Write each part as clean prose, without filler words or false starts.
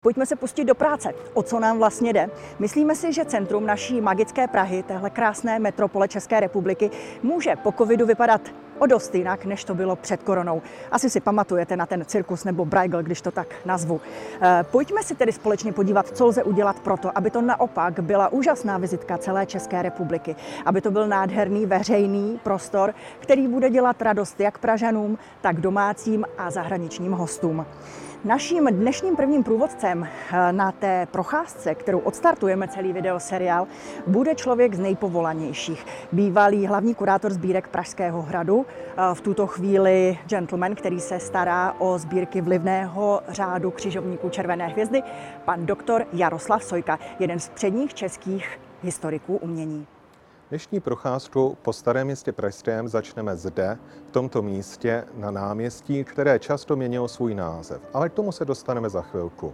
Pojďme se pustit do práce. O co nám vlastně jde? Myslíme si, že centrum naší magické Prahy, téhle krásné metropole České republiky, může po covidu vypadat o dost jinak, než to bylo před koronou. Asi si pamatujete na ten cirkus nebo Bruegel, když to tak nazvu. Pojďme si tedy společně podívat, co lze udělat pro to, aby to naopak byla úžasná vizitka celé České republiky. Aby to byl nádherný veřejný prostor, který bude dělat radost jak Pražanům, tak domácím a zahraničním hostům. Naším dnešním prvním průvodcem na té procházce, kterou odstartujeme celý videoseriál, bude člověk z nejpovolanějších. Bývalý hlavní kurátor sbírek Pražského hradu, v tuto chvíli gentleman, který se stará o sbírky vlivného řádu křižovníků Červené hvězdy, pan doktor Jaroslav Sojka, jeden z předních českých historiků umění. Dnešní procházku po Starém městě pražském začneme zde, v tomto místě na náměstí, které často měnilo svůj název, ale k tomu se dostaneme za chvilku.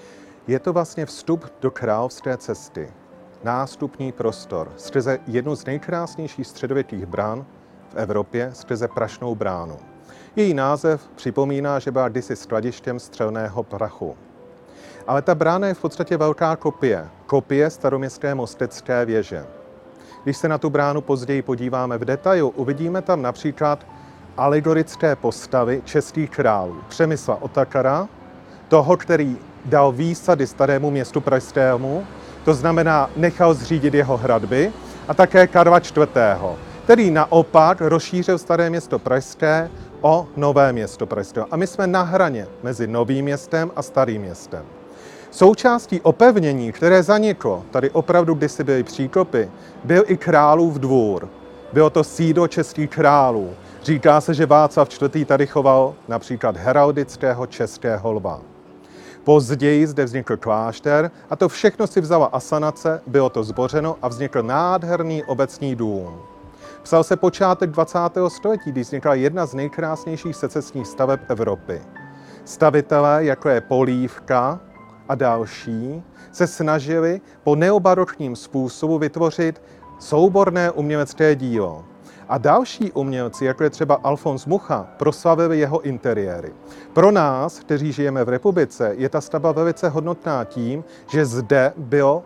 Je to vlastně vstup do Královské cesty, nástupní prostor, skrze jednu z nejkrásnějších středověkých brán v Evropě, skrze Prašnou bránu. Její název připomíná, že byla kdysi skladištěm střelného prachu. Ale ta brána je v podstatě velká kopie staroměstské mostecké věže. Když se na tu bránu později podíváme v detailu, uvidíme tam například alegorické postavy českých králů. Přemysla Otakara, toho, který dal výsady Starému městu pražskému, to znamená nechal zřídit jeho hradby, a také Karla IV., který naopak rozšířil Staré město pražské o Nové město pražské. A my jsme na hraně mezi Novým městem a Starým městem. Součástí opevnění, které zaniklo, tady opravdu kdysi byly příkopy, byl i králův dvůr. Bylo to sídlo českých králů. Říká se, že Václav IV. Tady choval například heraldického českého lva. Později zde vznikl klášter a to všechno si vzala asanace, bylo to zbořeno a vznikl nádherný obecní dům. Psal se počátek 20. století, kdy vznikla jedna z nejkrásnějších secesních staveb Evropy. Stavitelé, jako je Polívka a další, se snažili po neobarokním způsobu vytvořit souborné umělecké dílo. A další umělci, jako je třeba Alfons Mucha, proslavili jeho interiéry. Pro nás, kteří žijeme v republice, je ta stavba velice hodnotná tím, že zde bylo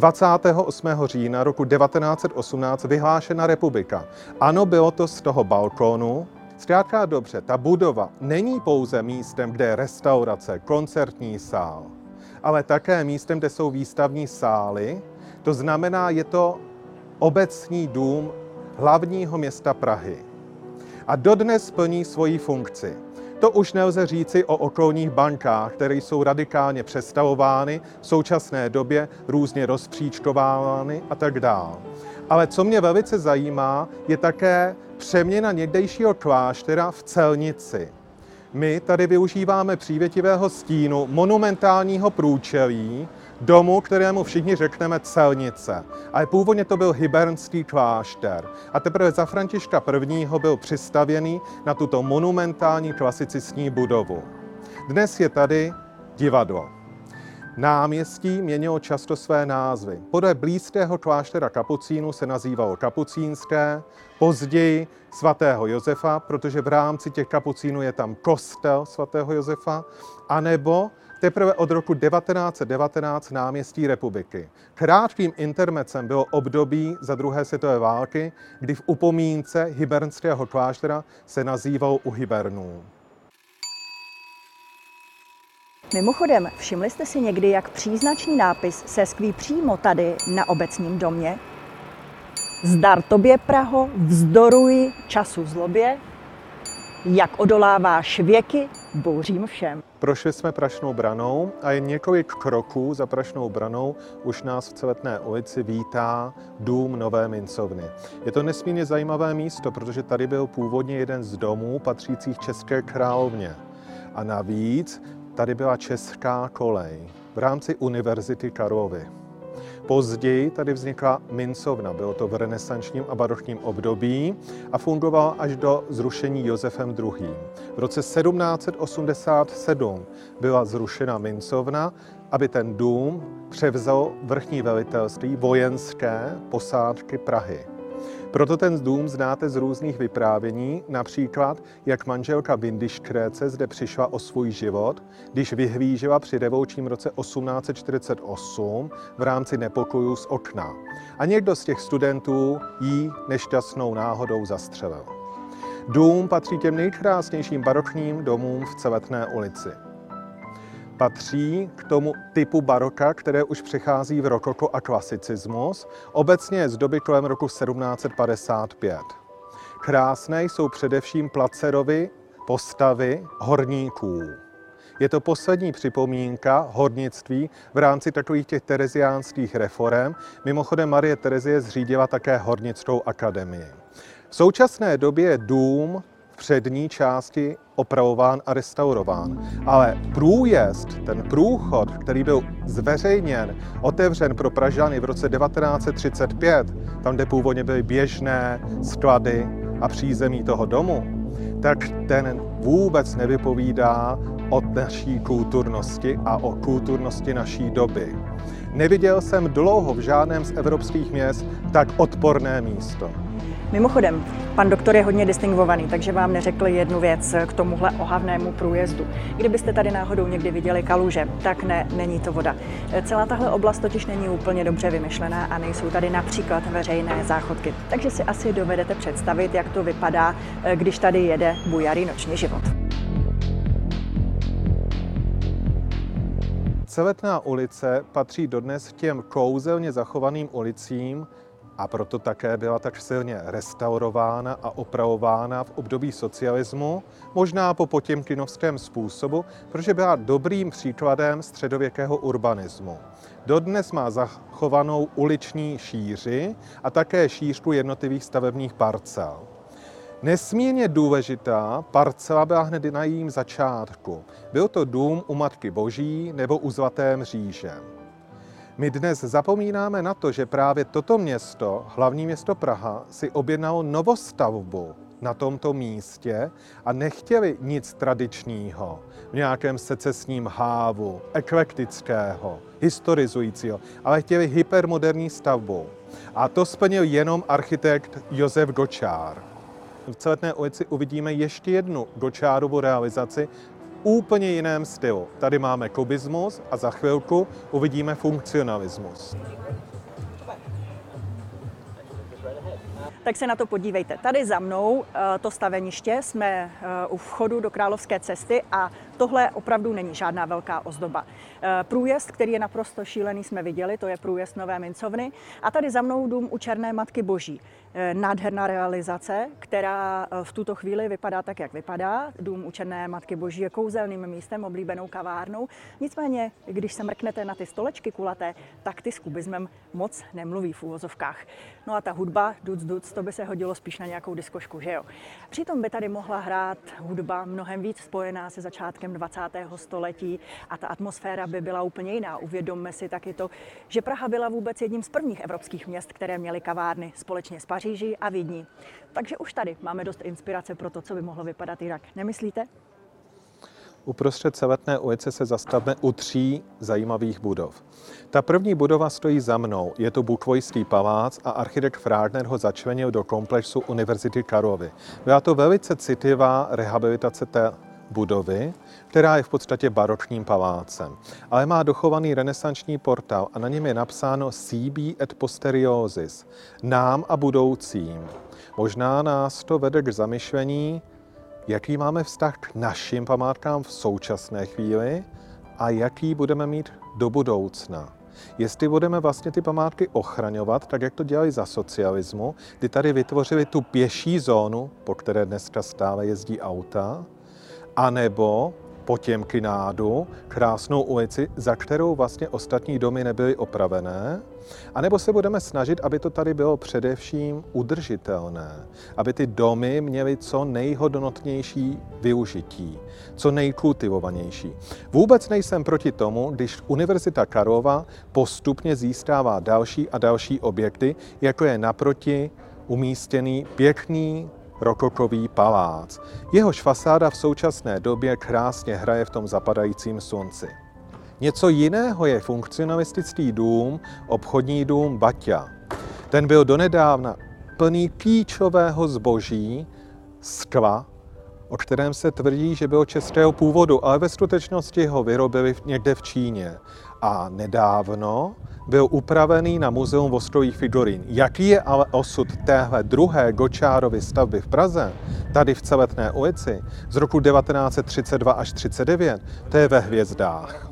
28. října roku 1918 vyhlášena republika. Ano, bylo to z toho balkónu. Zkrátka dobře, ta budova není pouze místem, kde je restaurace, koncertní sál, ale také místem, kde jsou výstavní sály. To znamená, je to obecní dům hlavního města Prahy. A dodnes plní svoji funkci. To už nelze říci o okolních bankách, které jsou radikálně přestavovány, v současné době různě rozpříčkovávány a tak dále. Ale co mě velice zajímá, je také přeměna někdejšího kláštera v celnici. My tady využíváme přívětivého stínu monumentálního průčelí domu, kterému všichni řekneme celnice. Ale původně to byl hybernský klášter. A teprve za Františka I. byl přistavěný na tuto monumentální klasicistní budovu. Dnes je tady divadlo. Náměstí měnilo často své názvy. Podle blízkého kláštera kapucínů se nazývalo Kapucínské, později svatého Josefa, protože v rámci těch kapucínů je tam kostel svatého Josefa, anebo teprve od roku 1919 náměstí Republiky. Krátkým intermezem bylo období za druhé světové války, kdy v upomínce hybernského kláštera se nazýval U hybernů. Mimochodem, všimli jste si někdy, jak příznačný nápis se skví přímo tady na obecním domě? Zdar tobě, Praho, vzdoruj času zlobě, jak odoláváš věky bouřím všem. Prošli jsme Prašnou branou a jen několik kroků za Prašnou branou už nás v Celetné ulici vítá dům Nové mincovny. Je to nesmírně zajímavé místo, protože tady byl původně jeden z domů patřících České královně. A navíc tady byla česká kolej v rámci Univerzity Karlovy. Později tady vznikla mincovna, bylo to v renesančním a barokním období a fungovala až do zrušení Josefem II. V roce 1787 byla zrušena mincovna, aby ten dům převzal vrchní velitelství vojenské posádky Prahy. Proto ten dům znáte z různých vyprávění, například jak manželka Windischgrätze zde přišla o svůj život, když vyhlížela při revolučním roce 1848 v rámci nepokojů z okna. A někdo z těch studentů jí nešťastnou náhodou zastřelil. Dům patří těm nejkrásnějším barokním domům v Celetné ulici. Patří k tomu typu baroka, které už přechází v rokoko a klasicismus, obecně z doby kolem roku 1755. Krásné jsou především Placerovy postavy horníků. Je to poslední připomínka hornictví v rámci takových těch tereziánských reforem. Mimochodem Marie Terezie zřídila také hornickou akademii. V současné době je dům v přední části opravován a restaurován, ale průjezd, ten průchod, který byl zveřejněn, otevřen pro Pražany v roce 1935, tam, kde původně byly běžné sklady a přízemí toho domu, tak ten vůbec nevypovídá o naší kulturnosti a o kulturnosti naší doby. Neviděl jsem dlouho v žádném z evropských měst tak odporné místo. Mimochodem, pan doktor je hodně distingvovaný, takže vám neřekl jednu věc k tomuhle ohavnému průjezdu. Kdybyste tady náhodou někdy viděli kaluže, tak ne, není to voda. Celá tahle oblast totiž není úplně dobře vymyšlená a nejsou tady například veřejné záchodky. Takže si asi dovedete představit, jak to vypadá, když tady jede bujarý noční život. Celetná ulice patří dodnes těm kouzelně zachovaným ulicím, a proto také byla tak silně restaurována a opravována v období socialismu, možná po potěmkinovském způsobu, protože byla dobrým příkladem středověkého urbanismu. Dodnes má zachovanou uliční šíři a také šířku jednotlivých stavebních parcel. Nesmírně důležitá parcela byla hned na jejím začátku. Byl to dům u Matky Boží nebo u Zlaté mříže. My dnes zapomínáme na to, že právě toto město, hlavní město Praha, si objednalo novostavbu na tomto místě a nechtěli nic tradičního, v nějakém secesním hávu, eklektického, historizujícího, ale chtěli hypermoderní stavbu. A to splnil jenom architekt Josef Gočár. V Celetné ulici uvidíme ještě jednu Gočárovu realizaci, úplně jiném stylu. Tady máme kubismus a za chvilku uvidíme funkcionalismus. Tak se na to podívejte. Tady za mnou to staveniště, jsme u vchodu do Královské cesty a tohle opravdu není žádná velká ozdoba. Průjezd, který je naprosto šílený, jsme viděli, to je průjezd Nové mincovny. A tady za mnou dům u Černé Matky Boží. Nádherná realizace, která v tuto chvíli vypadá tak, jak vypadá. Dům u Černé Matky Boží je kouzelným místem, oblíbenou kavárnou. Nicméně, když se mrknete na ty stolečky kulaté, tak ty s kubismem moc nemluví v úvozovkách. No a ta hudba, duc, to by se hodilo spíš na nějakou diskošku, že jo? Přitom by tady mohla hrát hudba mnohem víc spojená se začátkem 20. století a ta atmosféra by byla úplně jiná. Uvědomme si taky to, že Praha byla vůbec jedním z prvních evropských měst, které měly kavárny společně s Paříží a Vídní. Takže už tady máme dost inspirace pro to, co by mohlo vypadat jinak. Nemyslíte? Uprostřed Celetné ulice se zastavíme u 3 zajímavých budov. Ta první budova stojí za mnou, je to Bukvojský palác a architekt Frádner ho začlenil do komplexu Univerzity Karlovy. Byla to velice citlivá rehabilitace té budovy, která je v podstatě barokním palácem, ale má dochovaný renesanční portál a na něm je napsáno Sibi et posterioris, nám a budoucím. Možná nás to vede k zamyšlení, jaký máme vztah k našim památkám v současné chvíli a jaký budeme mít do budoucna. Jestli budeme vlastně ty památky ochraňovat, tak jak to dělali za socialismu, kdy tady vytvořili tu pěší zónu, po které dneska stále jezdí auta, anebo Potěmkinádu, krásnou ulici, za kterou vlastně ostatní domy nebyly opravené, anebo se budeme snažit, aby to tady bylo především udržitelné, aby ty domy měly co nejhodnotnější využití, co nejkultivovanější. Vůbec nejsem proti tomu, když Univerzita Karlova postupně získává další a další objekty, jako je naproti umístěný pěkný rokokový palác. Jehož fasáda v současné době krásně hraje v tom zapadajícím slunci. Něco jiného je funkcionalistický dům, obchodní dům Baťa. Ten byl donedávna plný klíčového zboží, skla, o kterém se tvrdí, že bylo českého původu, ale ve skutečnosti ho vyrobili někde v Číně. A nedávno byl upravený na muzeum vostrojích figurín. Jaký je ale osud téhle druhé Gočárovy stavby v Praze, tady v Celetné ulici, z roku 1932 až 1939, to je ve hvězdách.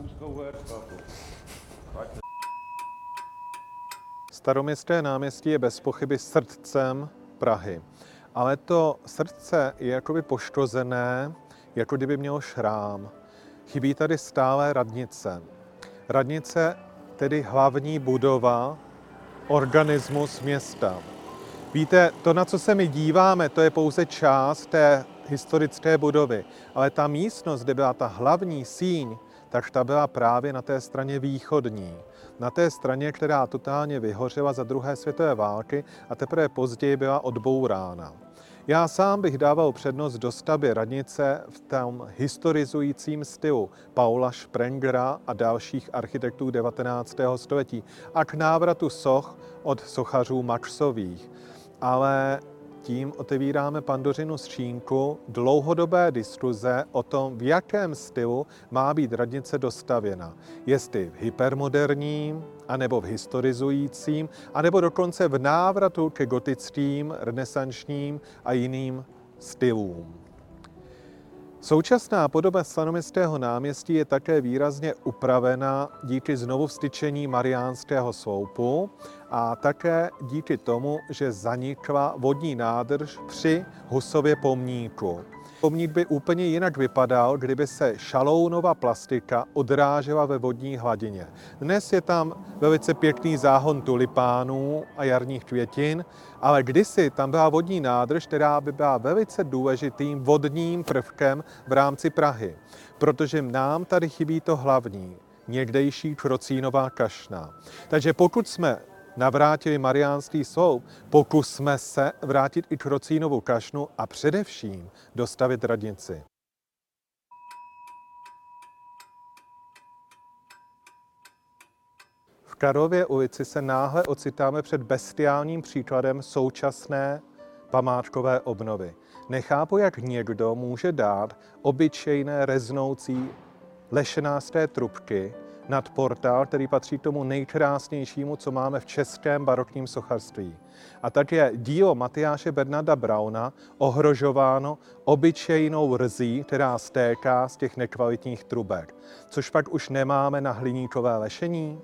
Staroměstské náměstí je bez pochyby srdcem Prahy. Ale to srdce je jakoby poškozené, jako kdyby mělo šrám. Chybí tady stále radnice. Radnice, tedy hlavní budova, organismus města. Víte, to, na co se my díváme, to je pouze část té historické budovy. Ale ta místnost, kde byla ta hlavní síň, tak ta byla právě na té straně východní. Na té straně, která totálně vyhořela za druhé světové války a teprve později byla odbourána. Já sám bych dával přednost dostavbě radnice v tom historizujícím stylu Paula Sprengera a dalších architektů 19. století a k návratu soch od sochařů Maxových. Ale tím otevíráme Pandořinu skřínku dlouhodobé diskuze o tom, v jakém stylu má být radnice dostavěna. Jestli v hypermoderním, anebo v historizujícím, anebo dokonce v návratu ke gotickým, renesančním a jiným stylům. Současná podoba Staroměstského náměstí je také výrazně upravena díky znovuvztyčení Mariánského sloupu a také díky tomu, že zanikla vodní nádrž při Husově pomníku. Pomník by úplně jinak vypadal, kdyby se šalounova plastika odrážela ve vodní hladině. Dnes je tam velice pěkný záhon tulipánů a jarních květin, ale kdysi tam byla vodní nádrž, která by byla velice důležitým vodním prvkem v rámci Prahy, protože nám tady chybí to hlavní, někdejší Krocínová kašna. Takže pokud jsme navrátili Mariánský sloup, pokusme se vrátit i Krocínovu kašnu a především dostavit radnici. V Karlově ulici se náhle ocitáme před bestiálním příkladem současné památkové obnovy. Nechápu, jak někdo může dát obyčejné reznoucí lešenářské trubky nad portál, který patří k tomu nejkrásnějšímu, co máme v českém barokním sochařství. A tak je dílo Matyáše Bernarda Brauna ohrožováno obyčejnou rzí, která stéká z těch nekvalitních trubek. Což pak už nemáme na hliníkové lešení?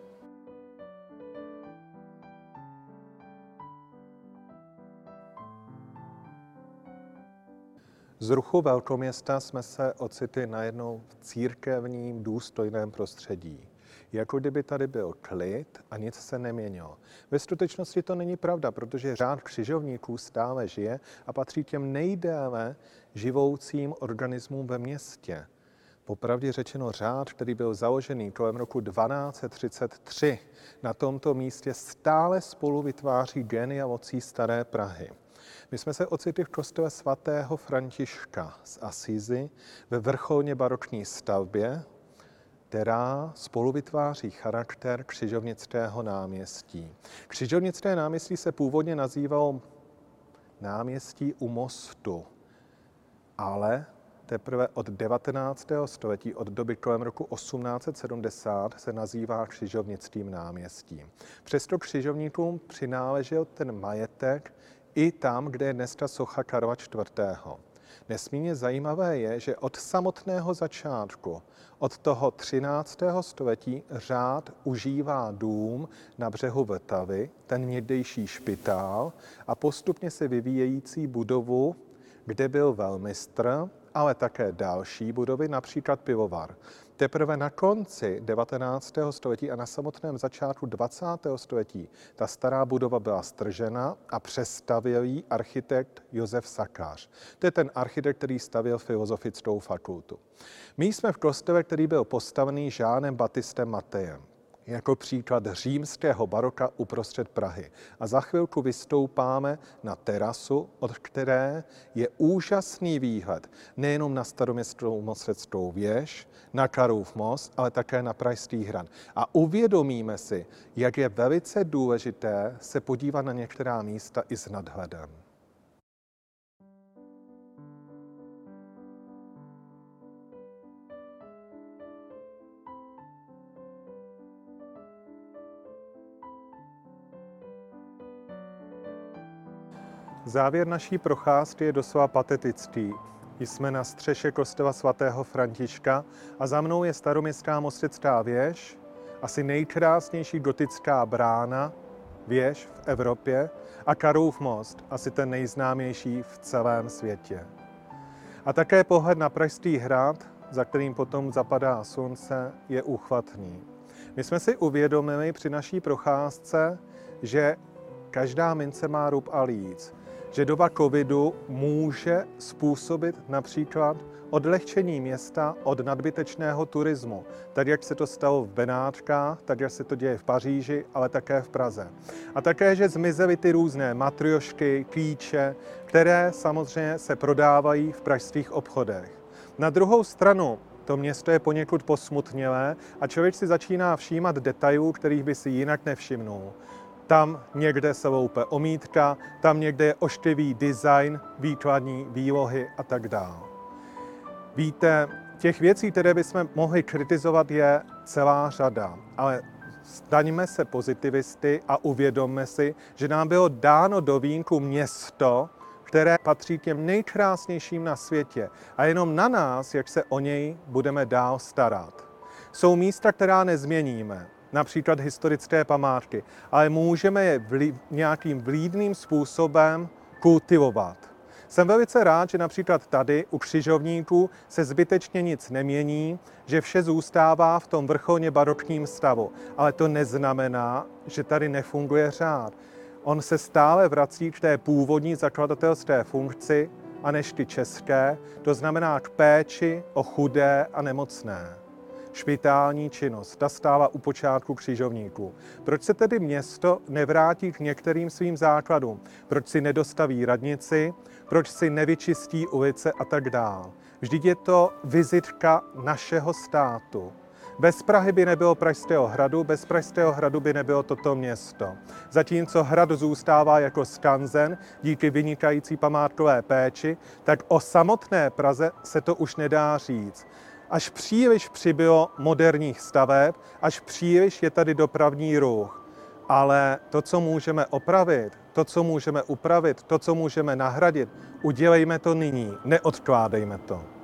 Z ruchu velkoměsta jsme se ocitli najednou v církevním důstojném prostředí. Jako kdyby tady byl klid a nic se neměnilo. Ve skutečnosti to není pravda, protože řád křižovníků stále žije a patří těm nejdéle živoucím organismům ve městě. Popravdě řečeno řád, který byl založený kolem roku 1233, na tomto místě stále spolu vytváří geny a mocí staré Prahy. My jsme se ocitli v kostele svatého Františka z Asízy ve vrcholně barokní stavbě, která spolu vytváří charakter Křižovnického náměstí. Křižovnické náměstí se původně nazývalo náměstí u mostu, ale teprve od 19. století, od doby kolem roku 1870, se nazývá Křižovnickým náměstím. Přesto křižovníkům přináležel ten majetek i tam, kde je dneska socha Karla IV. Nesmírně zajímavé je, že od samotného začátku, od toho 13. století, řád užívá dům na břehu Vltavy, ten někdejší špitál a postupně se vyvíjející budovu, kde byl velmistr, ale také další budovy, například pivovar. Teprve na konci 19. století a na samotném začátku 20. století ta stará budova byla stržena a přestavěl ji architekt Josef Sakař. To je ten architekt, který stavěl filozofickou fakultu. My jsme v kostele, který byl postavený Jeanem Baptistem Matejem. jako příklad římského baroka uprostřed Prahy. A za chvilku vystoupáme na terasu, od které je úžasný výhled nejenom na staroměstskou Mosteckou věž, na Karlův most, ale také na Pražský hrad. A uvědomíme si, jak je velice důležité se podívat na některá místa i s nadhledem. Závěr naší procházky je doslova patetický. Jsme na střeše kostela svatého Františka a za mnou je staroměstská Mostecká věž, asi nejkrásnější gotická brána, věž v Evropě, a Karlův most, asi ten nejznámější v celém světě. A také pohled na Pražský hrad, za kterým potom zapadá slunce, je úchvatný. My jsme si uvědomili při naší procházce, že každá mince má rub a líc, že doba covidu může způsobit například odlehčení města od nadbytečného turismu, tak jak se to stalo v Benátkách, tak jak se to děje v Paříži, ale také v Praze. A také, že zmizely ty různé matriošky, klíče, které samozřejmě se prodávají v pražských obchodech. Na druhou stranu to město je poněkud posmutnělé a člověk si začíná všímat detailů, kterých by si jinak nevšimnul. Tam někde se loupe omítka, tam někde je ošklivý design, výkladní výlohy a tak dále. Víte, těch věcí, které bychom mohli kritizovat, je celá řada, ale staňme se pozitivisty a uvědomme si, že nám bylo dáno do vínku město, které patří k těm nejkrásnějším na světě. A jenom na nás, jak se o něj budeme dál starat. Jsou místa, která nezměníme, například historické památky, ale můžeme je nějakým vlídným způsobem kultivovat. Jsem velice rád, že například tady u křižovníků se zbytečně nic nemění, že vše zůstává v tom vrcholně barokním stavu. Ale to neznamená, že tady nefunguje řád. On se stále vrací k té původní zakladatelské funkci a než ty české, to znamená k péči o chudé a nemocné. Špitální činnost, ta stála u počátku křižovníků. Proč se tedy město nevrátí k některým svým základům? Proč si nedostaví radnici? Proč si nevyčistí ulice a tak dál? Vždyť je to vizitka našeho státu. Bez Prahy by nebylo Pražského hradu, bez Pražského hradu by nebylo toto město. Zatímco hrad zůstává jako skanzen díky vynikající památkové péči, tak o samotné Praze se to už nedá říct. Až příliš přibylo moderních staveb, až příliš je tady dopravní ruch. Ale to, co můžeme opravit, to, co můžeme upravit, to, co můžeme nahradit, udělejme to nyní, neodkládejme to.